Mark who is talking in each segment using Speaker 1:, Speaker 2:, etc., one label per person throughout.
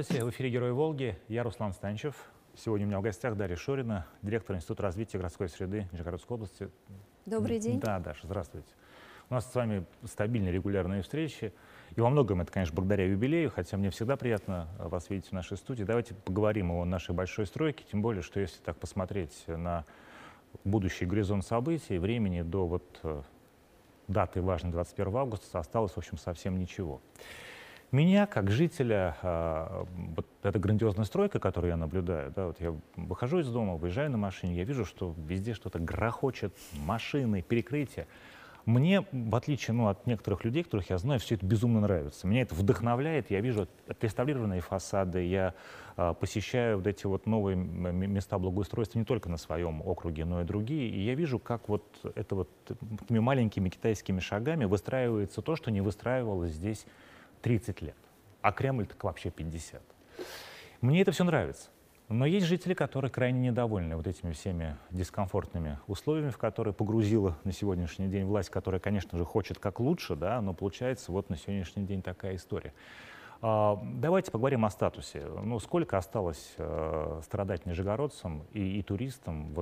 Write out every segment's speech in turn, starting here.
Speaker 1: Здравствуйте, в эфире «Герои Волги». Я Руслан Станчев. Сегодня у меня в гостях Дарья Шорина, директор Института развития городской среды Нижегородской области.
Speaker 2: Добрый день.
Speaker 1: Да, Даша, здравствуйте. У нас с вами стабильные, регулярные встречи. И во многом это, конечно, благодаря юбилею, хотя мне всегда приятно вас видеть в нашей студии. Давайте поговорим о нашей большой стройке, тем более, что если так посмотреть на будущий горизонт событий, времени до даты важной 21 августа осталось, в общем, совсем ничего. Меня, как жителя, вот эта грандиозная стройка, которую я наблюдаю, да, вот я выхожу из дома, выезжаю на машине, я вижу, что везде что-то грохочет, машины, перекрытия. Мне, в отличие от некоторых людей, которых я знаю, все это безумно нравится. Меня это вдохновляет, я вижу отреставрированные фасады, я посещаю вот эти вот новые места благоустройства не только на своем округе, но и другие, и я вижу, как такими маленькими китайскими шагами выстраивается то, что не выстраивалось здесь 30 лет, а Кремль так вообще 50. Мне это все нравится. Но есть жители, которые крайне недовольны вот этими всеми дискомфортными условиями, в которые погрузила на сегодняшний день власть, которая, конечно же, хочет как лучше, да, но получается вот на сегодняшний день такая история. Давайте поговорим о статусе. Сколько осталось страдать нижегородцам и туристам,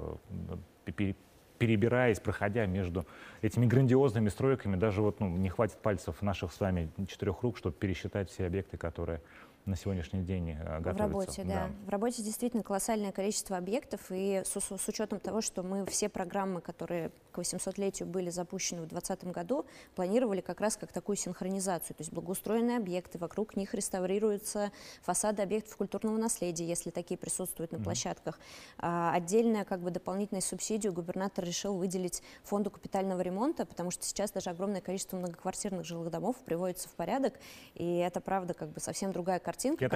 Speaker 1: перебираясь, проходя между этими грандиозными стройками, даже не хватит пальцев наших с вами 4 рук, чтобы пересчитать все объекты, которые на сегодняшний день готовятся.
Speaker 2: В работе, да. В работе действительно колоссальное количество объектов, и с учетом того, что мы все программы, которые к 800-летию были запущены в 2020 году, планировали как раз как такую синхронизацию, то есть благоустроенные объекты, вокруг них реставрируются фасады объектов культурного наследия, если такие присутствуют на площадках. Отдельная дополнительную субсидию губернатор решил выделить фонду капитального ремонта, потому что сейчас даже огромное количество многоквартирных жилых домов приводится в порядок, и это, правда, совсем другая картинка,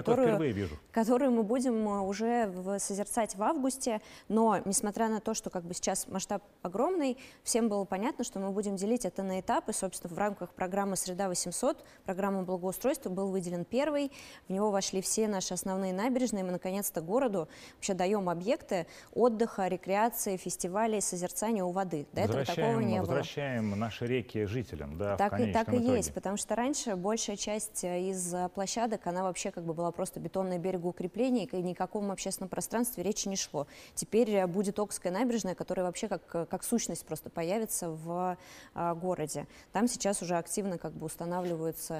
Speaker 2: которую мы будем уже созерцать в августе, но несмотря на то, что сейчас масштаб огромный, всем было понятно, что мы будем делить это на этапы. Собственно, в рамках программы «Среда 800», программы благоустройства, был выделен первый, в него вошли все наши основные набережные, мы наконец-то городу вообще даем объекты отдыха, рекреации, фестивалей, созерцания у воды. До этого такого не было.
Speaker 1: Возвращаем наши реки жителям, да,
Speaker 2: так
Speaker 1: в конечном
Speaker 2: и
Speaker 1: итоге.
Speaker 2: есть, потому что раньше большая часть из площадок, она вообще была просто бетонное берегоукрепление, и ни о каком общественном пространстве речи не шло. Теперь будет Окская набережная, которая вообще как сущность просто появится в городе. Там сейчас уже активно устравливаются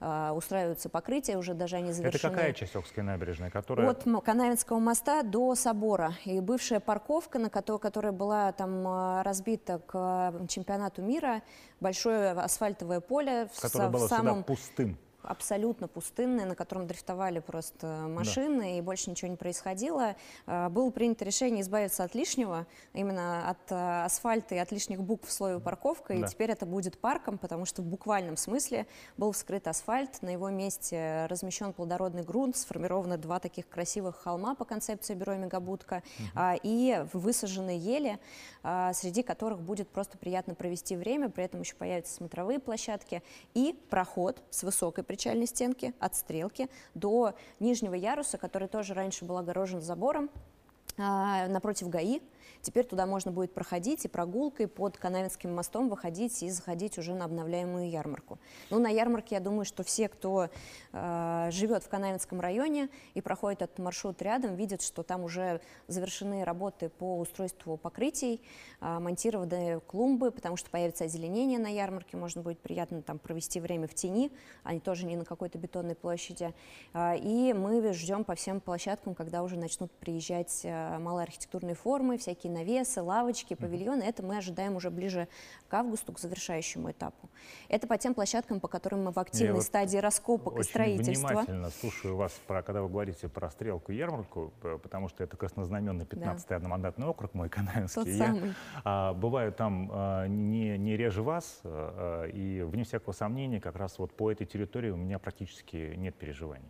Speaker 2: покрытия, уже даже они завершены.
Speaker 1: Это какая часть Окской набережной? Которая...
Speaker 2: От Канавинского моста до собора. И бывшая парковка, которая была там разбита к чемпионату мира, большое асфальтовое поле.
Speaker 1: Которое было всегда пустым.
Speaker 2: Абсолютно пустынный, на котором дрифтовали просто машины, да. И больше ничего не происходило. Было принято решение избавиться от лишнего, именно от асфальта и от лишних букв в слове парковка, да. И теперь это будет парком, потому что в буквальном смысле был вскрыт асфальт, на его месте размещен плодородный грунт, сформированы 2 таких красивых холма по концепции бюро «Мегабудка», и высажены ели, среди которых будет просто приятно провести время, при этом еще появятся смотровые площадки и проход с высокой причальной стенки от Стрелки до нижнего яруса, который тоже раньше был огорожен забором напротив ГАИ. Теперь туда можно будет проходить и прогулкой под Канавинским мостом выходить и заходить уже на обновляемую ярмарку. На ярмарке, я думаю, что все, кто живет в Канавинском районе и проходит этот маршрут рядом, видят, что там уже завершены работы по устройству покрытий, монтированы клумбы, потому что появится озеленение на ярмарке, можно будет приятно там провести время в тени, а не тоже не на какой-то бетонной площади. И мы ждем по всем площадкам, когда уже начнут приезжать малые архитектурные формы, всякие навесы, лавочки, павильоны. Это мы ожидаем уже ближе к августу, к завершающему этапу. Это по тем площадкам, по которым мы в активной стадии раскопок и строительства.
Speaker 1: Я внимательно слушаю вас, когда вы говорите про Стрелку и ярмарку, потому что это краснознаменный 15-й одномандатный округ, мой Канавинский. Я бываю там не реже вас, и вне всякого сомнения, как раз по этой территории у меня практически нет переживаний.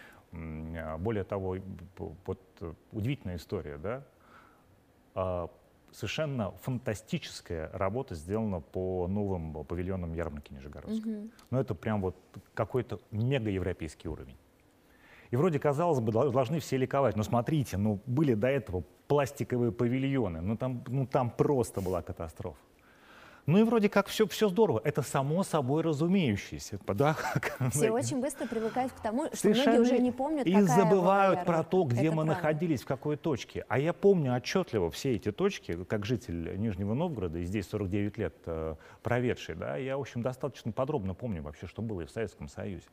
Speaker 1: Более того, удивительная история, да? Совершенно фантастическая работа сделана по новым павильонам ярмарки Нижегородской. Но это прям какой-то мега-европейский уровень. И вроде, казалось бы, должны все ликовать. Но смотрите, были до этого пластиковые павильоны, там просто была катастрофа. Ну и вроде как все здорово. Это само собой разумеющееся. Да?
Speaker 2: Все очень быстро привыкают к тому, что
Speaker 1: Совершенно
Speaker 2: многие уже не помнят,
Speaker 1: и
Speaker 2: какая
Speaker 1: забывают
Speaker 2: была
Speaker 1: про
Speaker 2: эра.
Speaker 1: то, где
Speaker 2: Это
Speaker 1: мы
Speaker 2: правда.
Speaker 1: находились, в какой точке. А я помню отчетливо все эти точки, как житель Нижнего Новгорода, и здесь 49 лет проведший. Да, я, в общем, достаточно подробно помню вообще, что было и в Советском Союзе.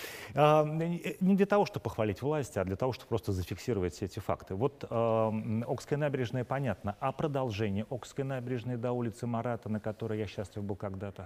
Speaker 1: Не для того, чтобы похвалить власть, а для того, чтобы просто зафиксировать все эти факты. Вот Окская набережная, понятно. А продолжение Окской набережной до улицы Марата, на которой я счастлив был когда-то?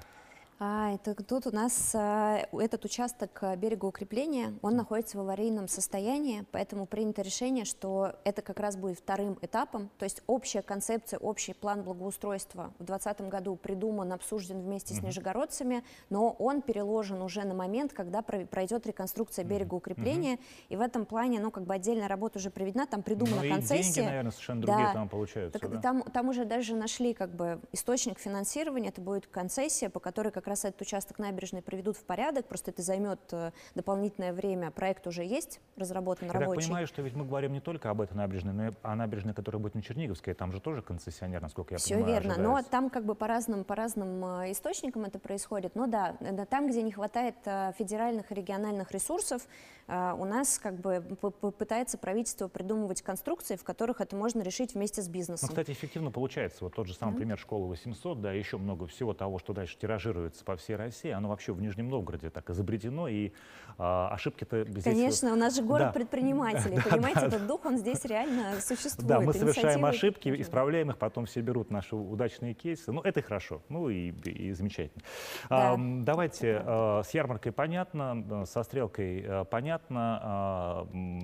Speaker 2: Тут у нас этот участок берегоукрепления, он находится в аварийном состоянии, поэтому принято решение, что это как раз будет вторым этапом, то есть общая концепция, общий план благоустройства в 2020 году придуман, обсужден вместе с нижегородцами, но он переложен уже на момент, когда пройдет реконструкция берегоукрепления, и в этом плане, ну, как бы отдельная работа уже проведена, там придумана
Speaker 1: Ну,
Speaker 2: концессия.
Speaker 1: И деньги, наверное, совершенно другие там получаются.
Speaker 2: Так,
Speaker 1: Да?
Speaker 2: там уже даже нашли как бы источник финансирования, это будет концессия, по которой как раз этот участок набережной приведут в порядок, просто это займет дополнительное время, проект уже есть, разработан рабочий.
Speaker 1: Я так понимаю, что ведь мы говорим не только об этой набережной, но и о набережной, которая будет на Черниговской, там же тоже концессионер, насколько я понимаю,
Speaker 2: Все верно,
Speaker 1: ожидается.
Speaker 2: но там как бы по разным источникам это происходит, но да, там, где не хватает федеральных и региональных ресурсов, у нас как бы пытается правительство придумывать конструкции, в которых это можно решить вместе с бизнесом.
Speaker 1: Ну, кстати, эффективно получается. Вот тот же самый пример школы 800, да, еще много всего того, что дальше тиражируется по всей России, оно вообще в Нижнем Новгороде так изобретено, и ошибки-то здесь...
Speaker 2: Конечно, у нас же город
Speaker 1: Да.
Speaker 2: предпринимателей, понимаете, этот дух, он здесь реально существует.
Speaker 1: Да, мы совершаем
Speaker 2: Инициативы
Speaker 1: ошибки,
Speaker 2: такие.
Speaker 1: исправляем их, потом все берут наши удачные кейсы. Ну, это и хорошо, ну и замечательно.
Speaker 2: Да.
Speaker 1: Давайте, с ярмаркой понятно, со стрелкой понятно.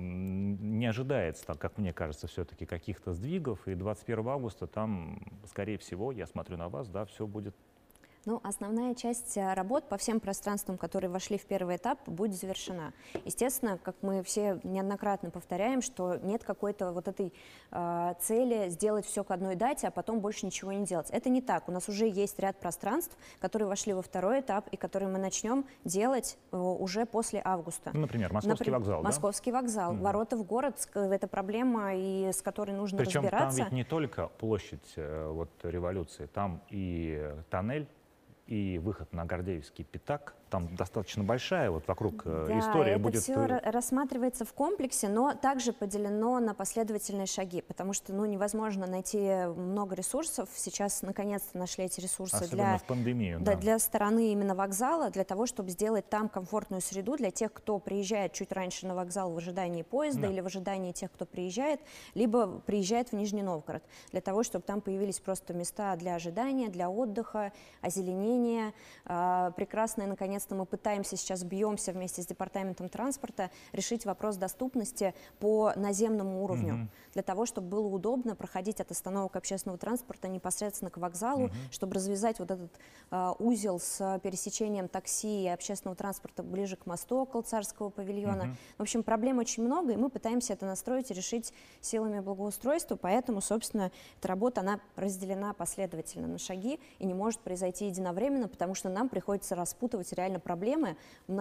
Speaker 1: Не ожидается, так, как мне кажется, все-таки каких-то сдвигов, и 21 августа там, скорее всего, я смотрю на вас, да, все будет.
Speaker 2: Ну, основная часть работ по всем пространствам, которые вошли в первый этап, будет завершена. Естественно, как мы все неоднократно повторяем, что нет какой-то вот этой цели сделать все к одной дате, а потом больше ничего не делать. Это не так. У нас уже есть ряд пространств, которые вошли во второй этап и которые мы начнем делать уже после августа.
Speaker 1: Ну, например, Московский вокзал, да?
Speaker 2: Московский вокзал. Ворота в город — это проблема, и с которой нужно
Speaker 1: Причем
Speaker 2: разбираться.
Speaker 1: там ведь не только площадь вот, революции, там и тоннель, и выход на Гордеевский пятак. Там достаточно большая вот вокруг история
Speaker 2: это
Speaker 1: будет.
Speaker 2: все рассматривается в комплексе, но также поделено на последовательные шаги, потому что невозможно найти много ресурсов. Сейчас наконец-то нашли эти ресурсы
Speaker 1: Особенно в пандемию. Да.
Speaker 2: для стороны именно вокзала, для того, чтобы сделать там комфортную среду для тех, кто приезжает чуть раньше на вокзал в ожидании поезда или в ожидании тех, кто приезжает, либо приезжает в Нижний Новгород, для того, чтобы там появились просто места для ожидания, для отдыха, озеленения. Прекрасное, наконец-то, мы пытаемся сейчас, бьемся вместе с департаментом транспорта, решить вопрос доступности по наземному уровню, для того, чтобы было удобно проходить от остановок общественного транспорта непосредственно к вокзалу, чтобы развязать вот этот узел с пересечением такси и общественного транспорта ближе к мосту около Царского павильона. В общем, проблем очень много, и мы пытаемся это настроить и решить силами благоустройства, поэтому, собственно, эта работа, она разделена последовательно на шаги и не может произойти единовременно, потому что нам приходится распутывать реально проблемы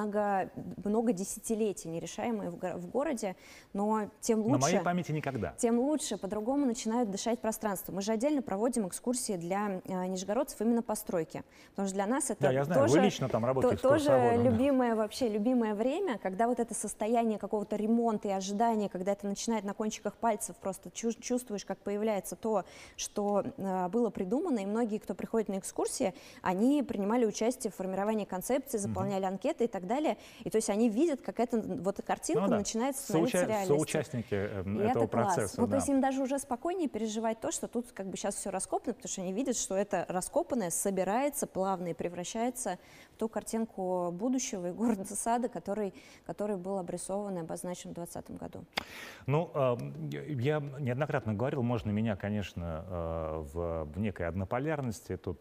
Speaker 2: много десятилетий нерешаемые в городе, но тем лучше.
Speaker 1: На моей памяти никогда.
Speaker 2: Тем лучше, по-другому начинают дышать пространство. Мы же отдельно проводим экскурсии для нижегородцев именно по стройке, потому что для нас это
Speaker 1: я знаю,
Speaker 2: тоже,
Speaker 1: вы лично там работаете
Speaker 2: тоже любимое время, когда вот это состояние какого-то ремонта и ожидания, когда это начинает на кончиках пальцев, просто чувствуешь, как появляется то, что было придумано, и многие, кто приходит на экскурсии, они принимали участие в формировании концепции, заполняли анкеты и так далее, и то есть они видят, как эта вот картинка начинает становиться реальностью.
Speaker 1: Соучастники
Speaker 2: и
Speaker 1: этого
Speaker 2: это класс.
Speaker 1: процесса.
Speaker 2: Ну, то есть им даже уже спокойнее переживать то, что тут как бы сейчас все раскопано, потому что они видят, что это раскопанное собирается плавно и превращается в ту картинку будущего и города сада, который был обрисован и обозначен в 2020 году.
Speaker 1: Ну, я неоднократно говорил, можно меня, конечно, в некой однополярности тут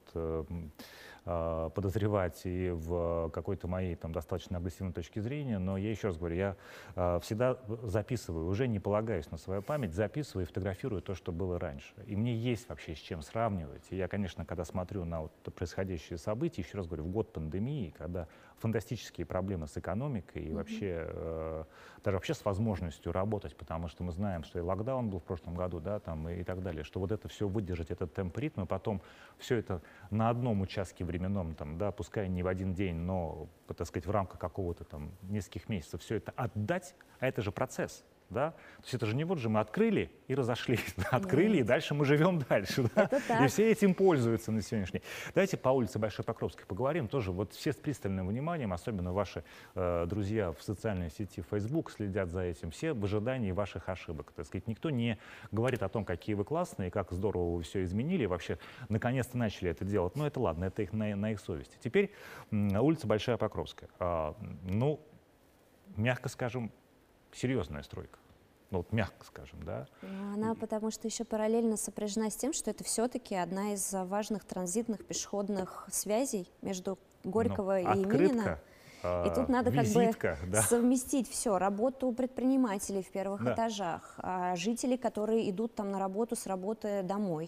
Speaker 1: подозревать и в какой-то моей там достаточно агрессивной точке зрения, но я еще раз говорю, я всегда записываю, уже не полагаюсь на свою память, записываю и фотографирую то, что было раньше. И мне есть вообще с чем сравнивать. И я, конечно, когда смотрю на вот происходящие события, еще раз говорю, в год пандемии, когда фантастические проблемы с экономикой и вообще, даже вообще с возможностью работать, потому что мы знаем, что и локдаун был в прошлом году, да, там и так далее, что вот это все выдержать, этот темп ритма, потом все это на одном участке временном, там, да, пускай не в один день, но, так сказать, в рамках какого-то там нескольких месяцев все это отдать, а это же процесс. Да? То есть это же не вот же мы открыли и разошлись, да? Открыли, и дальше мы живем дальше. Да? И все этим пользуются на сегодняшний день. Давайте по улице Большой Покровской поговорим. Тоже вот все с пристальным вниманием, особенно ваши друзья в социальной сети Facebook следят за этим, все в ожидании ваших ошибок. Так сказать, никто не говорит о том, какие вы классные, как здорово вы все изменили, вообще наконец-то начали это делать. Но это ладно, это их, на их совести. Теперь улица Большая Покровская. Ну, мягко скажем, серьезная стройка. Ну, вот мягко скажем, да.
Speaker 2: Она потому что еще параллельно сопряжена с тем, что это все-таки одна из важных транзитных пешеходных связей между Горького и Минина. И тут надо
Speaker 1: визитка,
Speaker 2: как бы совместить все, работу предпринимателей в первых этажах, жителей, которые идут там на работу, с работы домой,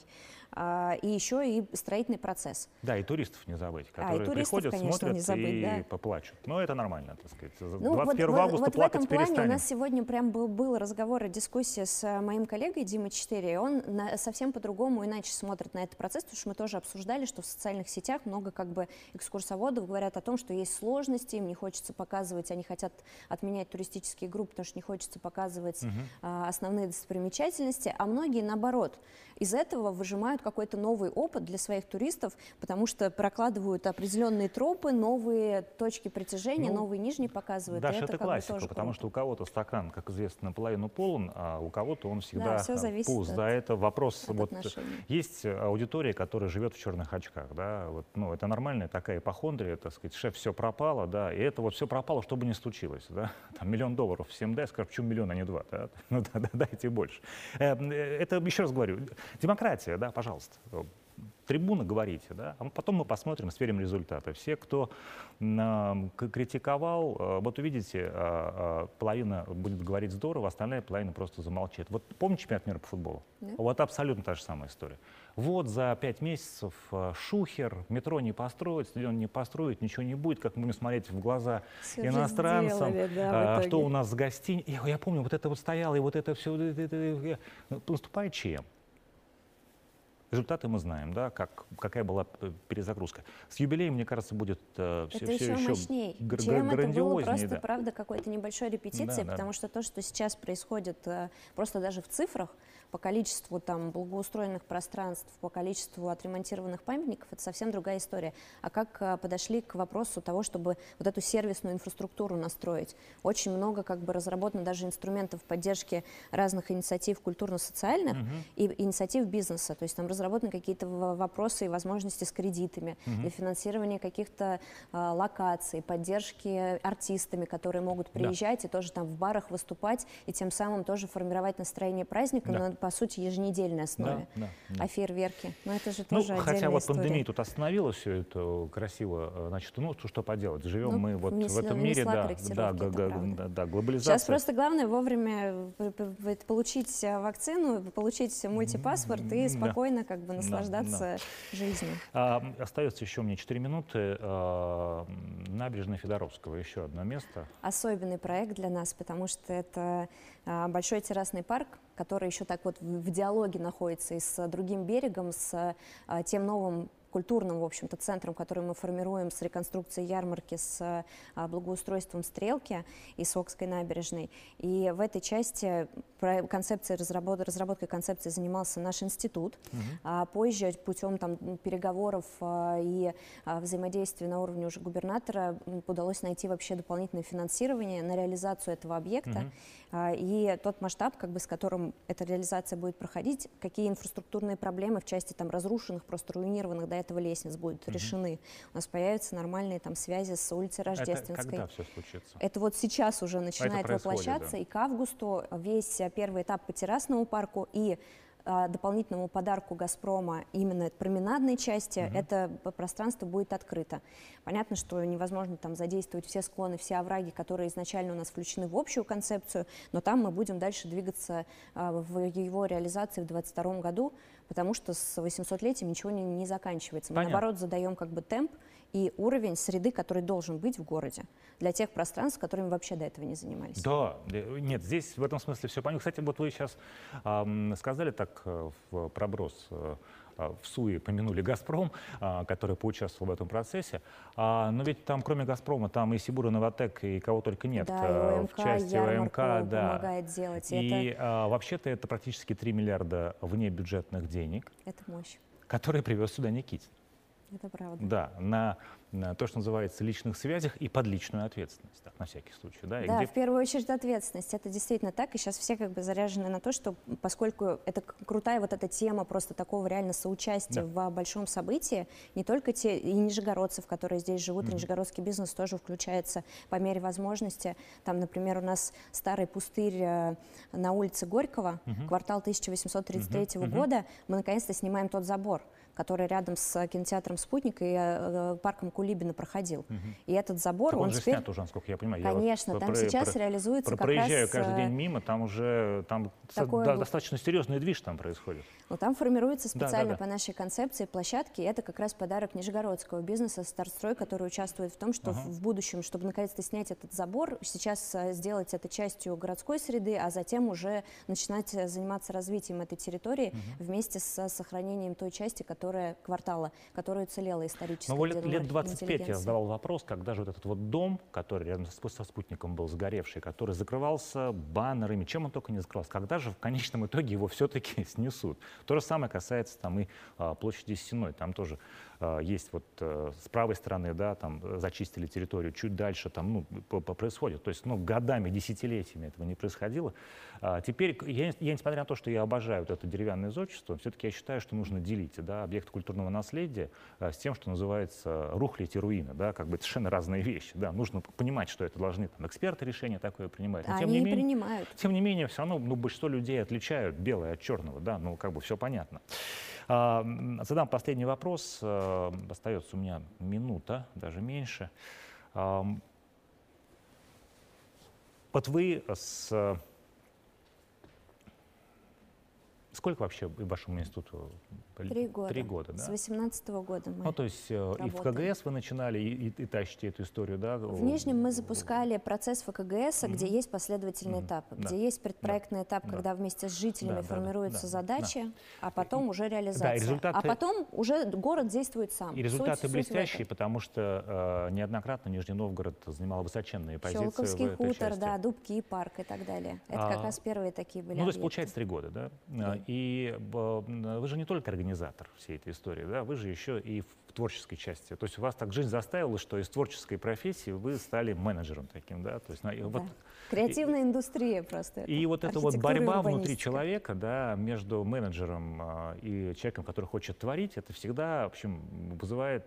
Speaker 2: и еще и строительный процесс.
Speaker 1: Да, и туристов не забыть, которые приходят, смотрят и поплачут. Но это нормально, так сказать. 21 августа плакать перестанем. В этом плане
Speaker 2: у нас сегодня прям был разговор и дискуссия с моим коллегой Димой Читерией. Он совсем по-другому, иначе смотрит на этот процесс, потому что мы тоже обсуждали, что в социальных сетях много как бы экскурсоводов говорят о том, что есть сложности, им не хочется показывать, они хотят отменять туристические группы, потому что не хочется показывать основные достопримечательности, а многие наоборот. Из этого выжимают какой-то новый опыт для своих туристов, потому что прокладывают определенные тропы, новые точки притяжения, новые нижние показывают.
Speaker 1: Даша, это классика, потому что у кого-то стакан, как известно, наполовину полон, а у кого-то он всегда пуст. Да, это вопрос. Вот, есть аудитория, которая живет в черных очках. Да, вот, ну, это нормальная такая ипохондрия, так сказать, шеф, все пропало, да, и это вот все пропало, что бы ни случилось. Да? Там $1 000 000 всем дай, скажу, почему миллион, а не 2? Да? Ну, дайте больше. Это, еще раз говорю, демократия, да, пожалуйста. Трибуна говорите, да, а потом мы посмотрим, сверим результаты. Все, кто критиковал, вот увидите, половина будет говорить здорово, остальная половина просто замолчит. Вот помните чемпионат мира по футболу? Да. Вот абсолютно та же самая история. Вот за 5 месяцев шухер, метро не построить, стадион не построить, ничего не будет, как мы будем смотреть в глаза все иностранцам, что у нас с гостиницей. Я помню, вот это вот стояло, и вот это все, наступает ЧМ. Результаты мы знаем, да, какая была перезагрузка. С юбилеем, мне кажется, будет все еще
Speaker 2: мощнее. Чем это было просто, правда, какой-то небольшой репетиции, потому что то, что сейчас происходит просто даже в цифрах, по количеству там благоустроенных пространств, по количеству отремонтированных памятников, это совсем другая история. А как подошли к вопросу того, чтобы вот эту сервисную инфраструктуру настроить? Очень много как бы разработано даже инструментов поддержки разных инициатив культурно-социальных и инициатив бизнеса. То есть там разработаны какие-то вопросы и возможности с кредитами, для финансирования каких-то локаций, поддержки артистами, которые могут приезжать и тоже там в барах выступать, и тем самым тоже формировать настроение праздника, но по сути еженедельной основе. А фейерверки? Но это же тоже отдельная
Speaker 1: хотя вот
Speaker 2: история.
Speaker 1: Пандемия тут остановила все это красиво, значит, ну что поделать, живем мы вот в этом мире, глобализация.
Speaker 2: Сейчас просто главное вовремя получить вакцину, получить мультипаспорт и спокойно как бы наслаждаться жизнью.
Speaker 1: Остается еще у меня 4 минуты. Набережная Федоровского, еще одно место.
Speaker 2: Особенный проект для нас, потому что это большой террасный парк, который еще так вот в диалоге находится и с другим берегом, с тем новым культурным, в общем-то, центром, который мы формируем с реконструкцией ярмарки, с благоустройством Стрелки и Сокской набережной. И в этой части разработкой концепции занимался наш институт. Позже путем там переговоров и взаимодействия на уровне уже губернатора удалось найти вообще дополнительное финансирование на реализацию этого объекта. И тот масштаб, как бы, с которым эта реализация будет проходить, какие инфраструктурные проблемы в части там разрушенных, просто руинированных до этого лестниц будут решены. У нас появятся нормальные там связи с улицей Рождественской.
Speaker 1: Это когда все случится?
Speaker 2: Это вот сейчас уже начинает воплощаться, и к августу весь первый этап по террасному парку и дополнительному подарку «Газпрома» именно променадной части, это пространство будет открыто. Понятно, что невозможно там задействовать все склоны, все овраги, которые изначально у нас включены в общую концепцию, но там мы будем дальше двигаться в его реализации в 2022 году. потому что с 800-летием ничего не заканчивается. Мы,
Speaker 1: Понятно.
Speaker 2: наоборот, задаем как бы темп и уровень среды, который должен быть в городе для тех пространств, которыми вообще до этого не занимались.
Speaker 1: Да, нет, здесь в этом смысле все понятно. Кстати, вот вы сейчас сказали так в проброс, в СУИ помянули «Газпром», который поучаствовал в этом процессе. Но ведь там, кроме «Газпрома», там и Сибура, Новатэк, и кого только нет.
Speaker 2: Да, и ОМК,
Speaker 1: в части ОМК, да.
Speaker 2: помогает делать.
Speaker 1: И вообще-то это практически 3 миллиарда внебюджетных денег,
Speaker 2: это мощь.
Speaker 1: которые привез сюда Никитин.
Speaker 2: Это правда.
Speaker 1: Да, на то, что называется личных связях и под личную ответственность, так, на всякий случай. Да,
Speaker 2: Да,
Speaker 1: где...
Speaker 2: в первую очередь ответственность. Это действительно так. И сейчас все как бы заряжены на то, что поскольку это крутая вот эта тема просто такого реально соучастия в большом событии, не только те и нижегородцев, которые здесь живут, и нижегородский бизнес тоже включается по мере возможности. Там, например, у нас старый пустырь на улице Горького, квартал 1833 года. Мы наконец-то снимаем тот забор, который рядом с кинотеатром «Спутник» и парком Кулибина проходил. И этот забор,
Speaker 1: так он же
Speaker 2: теперь...
Speaker 1: снят уже, насколько я понимаю.
Speaker 2: Конечно,
Speaker 1: я вот
Speaker 2: там сейчас реализуется как раз...
Speaker 1: Проезжаю каждый день мимо, там уже достаточно серьезный движ там происходит.
Speaker 2: Но там формируется специально по нашей концепции площадки. И это как раз подарок нижегородского бизнеса «Стартстрой», который участвует в том, что в будущем, чтобы наконец-то снять этот забор, сейчас сделать это частью городской среды, а затем уже начинать заниматься развитием этой территории вместе с сохранением той части, квартала, которая уцелела исторически.
Speaker 1: Ну, лет 25 я задавал вопрос, когда же вот этот вот дом, который рядом со «Спутником» был сгоревший, который закрывался баннерами, чем он только не закрывался, когда же в конечном итоге его все-таки снесут? То же самое касается там и площади Сенной, там тоже есть вот с правой стороны, да, там зачистили территорию, чуть дальше там, происходит. То есть, годами, десятилетиями этого не происходило. Теперь, я несмотря на то, что я обожаю вот это деревянное зодчество, все-таки я считаю, что нужно делить, да, объекты культурного наследия с тем, что называется рухлядь и руины, да, как бы это совершенно разные вещи, да, нужно понимать, что это должны там эксперты решения такое принимать. Но,
Speaker 2: они принимают.
Speaker 1: Тем не менее, все равно большинство людей отличают белое от черного, да, как бы все понятно. Задам последний вопрос. Остается у меня минута, даже меньше. Вот вы Сколько вообще вашему институту?
Speaker 2: 3 года.
Speaker 1: 3 года, да?
Speaker 2: С 18-го года мы
Speaker 1: то есть
Speaker 2: работаем.
Speaker 1: и в КГС вы начинали, и тащите эту историю, да?
Speaker 2: В Нижнем мы запускали процесс ВКГС, где есть последовательные этапы, где есть предпроектный этап, когда вместе с жителями формируются задачи, а потом уже реализация.
Speaker 1: Результаты...
Speaker 2: А потом уже город действует сам.
Speaker 1: И результаты блестящие, потому что неоднократно Нижний Новгород занимал высоченные позиции
Speaker 2: Щелковский
Speaker 1: в этой
Speaker 2: хутор,
Speaker 1: части.
Speaker 2: да, Дубки, парк и так далее. Это как раз первые такие были
Speaker 1: то есть
Speaker 2: объекты.
Speaker 1: получается 3 года, да? И вы же не только организатор всей этой истории, да? Вы же еще и в творческой части. То есть вас так жизнь заставила, что из творческой профессии вы стали менеджером таким, да? То есть, вот,
Speaker 2: креативная индустрия просто.
Speaker 1: И вот эта вот борьба внутри человека, да, между менеджером и человеком, который хочет творить, это всегда, в общем, вызывает,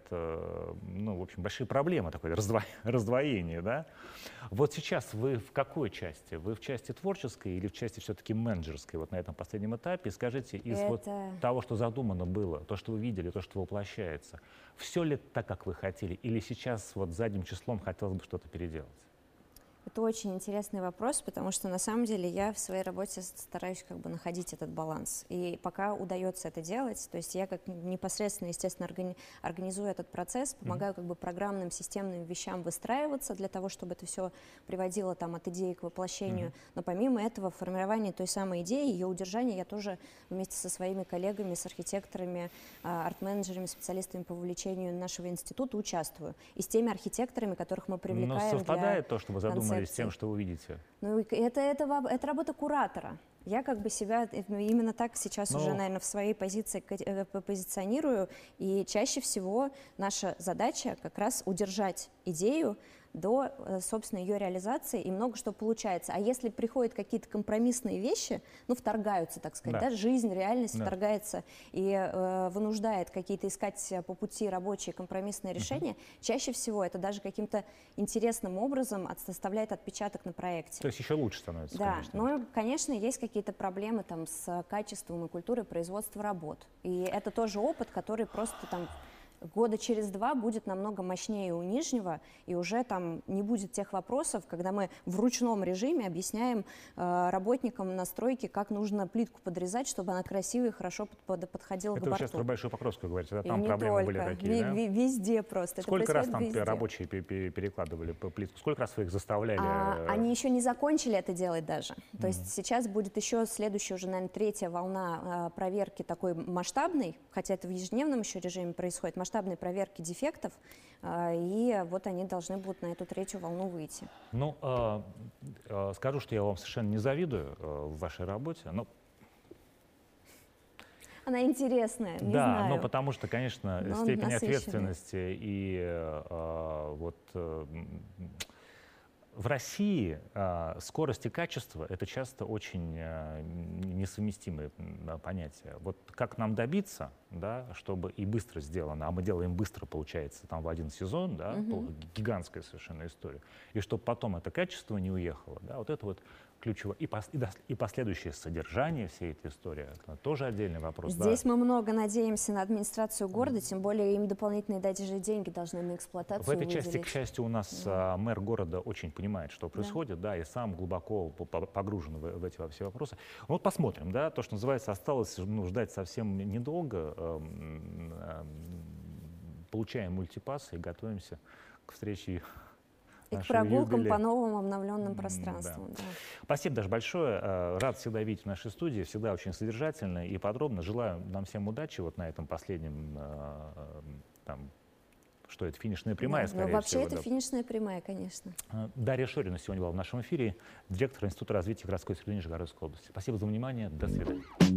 Speaker 1: в общем, большие проблемы, такое раздвоение, да? Вот сейчас вы в какой части? Вы в части творческой или в части все-таки менеджерской вот на этом последнем этапе? Скажите, из вот того, что задумано было, то, что вы видели, то, что воплощается, все ли так, как вы хотели? Или сейчас вот задним числом хотелось бы что-то переделать?
Speaker 2: Это очень интересный вопрос, потому что на самом деле я в своей работе стараюсь как бы находить этот баланс. И пока удается это делать, то есть я как непосредственно, естественно, организую этот процесс, помогаю как бы программным, системным вещам выстраиваться для того, чтобы это все приводило там от идеи к воплощению. Но помимо этого, в формировании той самой идеи, ее удержания я тоже вместе со своими коллегами, с архитекторами, арт-менеджерами, специалистами по вовлечению нашего института участвую. И с теми архитекторами, которых мы привлекаем.
Speaker 1: Но совпадает то, что вы задумали, с тем, что вы видите?
Speaker 2: Ну, это работа куратора. Я как бы себя именно так сейчас уже, наверное, в своей позиции позиционирую. И чаще всего наша задача как раз удержать идею до, собственно, ее реализации, и много что получается. А если приходят какие-то компромиссные вещи, вторгаются, так сказать, да, жизнь, реальность вторгается и вынуждает какие-то искать по пути рабочие компромиссные решения, чаще всего это даже каким-то интересным образом составляет отпечаток на проекте.
Speaker 1: То есть еще лучше становится,
Speaker 2: да,
Speaker 1: конечно.
Speaker 2: Но, конечно, есть какие-то проблемы там с качеством и культурой производства работ. И это тоже опыт, который просто там Года через 2 будет намного мощнее у Нижнего, и уже там не будет тех вопросов, когда мы в ручном режиме объясняем работникам на стройке, как нужно плитку подрезать, чтобы она красиво и хорошо подходила к борту.
Speaker 1: Это вы сейчас про Большую Покровскую говорите, да?
Speaker 2: И
Speaker 1: Там
Speaker 2: не
Speaker 1: проблемы были
Speaker 2: только.
Speaker 1: такие, да?
Speaker 2: Везде просто.
Speaker 1: Сколько раз там
Speaker 2: везде.
Speaker 1: рабочие перекладывали плитку? Сколько раз вы их заставляли?
Speaker 2: Они еще не закончили это делать даже. То есть сейчас будет еще следующая, уже, наверное, третья волна проверки такой масштабной, хотя это в ежедневном еще режиме происходит, масштабной проверки дефектов, и вот они должны будут на эту третью волну выйти.
Speaker 1: Ну, скажу, что я вам совершенно не завидую в вашей работе, но
Speaker 2: Она интересная, не
Speaker 1: да,
Speaker 2: знаю.
Speaker 1: но потому что, конечно,
Speaker 2: Но
Speaker 1: степень
Speaker 2: насыщенный.
Speaker 1: ответственности и в России скорость и качество — это часто очень несовместимые понятия. Вот как нам добиться, да, чтобы и быстро сделано, а мы делаем быстро, получается, там в один сезон, да, гигантская совершенно история, и чтобы потом это качество не уехало, да, вот это вот ключевое. И последующее содержание всей этой истории — это тоже отдельный вопрос.
Speaker 2: Здесь
Speaker 1: да.
Speaker 2: мы много надеемся на администрацию города, тем более им дополнительные дать же деньги должны на эксплуатацию
Speaker 1: В этой части,
Speaker 2: выделить.
Speaker 1: к счастью, у нас мэр города очень понимает, что происходит, да, и сам глубоко погружен в эти во все вопросы. Ну, вот посмотрим, да, то, что называется, осталось ждать совсем недолго. Получаем мультипасс и готовимся к встрече.
Speaker 2: И к прогулкам по новым обновленным
Speaker 1: Да.
Speaker 2: пространствам. Да.
Speaker 1: Спасибо, Даша, большое. Рад всегда видеть в нашей студии, всегда очень содержательно и подробно. Желаю нам всем удачи вот на этом последнем, там, что это, финишная прямая,
Speaker 2: Да,
Speaker 1: скорее
Speaker 2: но вообще
Speaker 1: всего.
Speaker 2: это
Speaker 1: да.
Speaker 2: финишная прямая, конечно.
Speaker 1: Дарья Шорина сегодня была в нашем эфире, директор Института развития городской среды Нижегородской области. Спасибо за внимание. До свидания.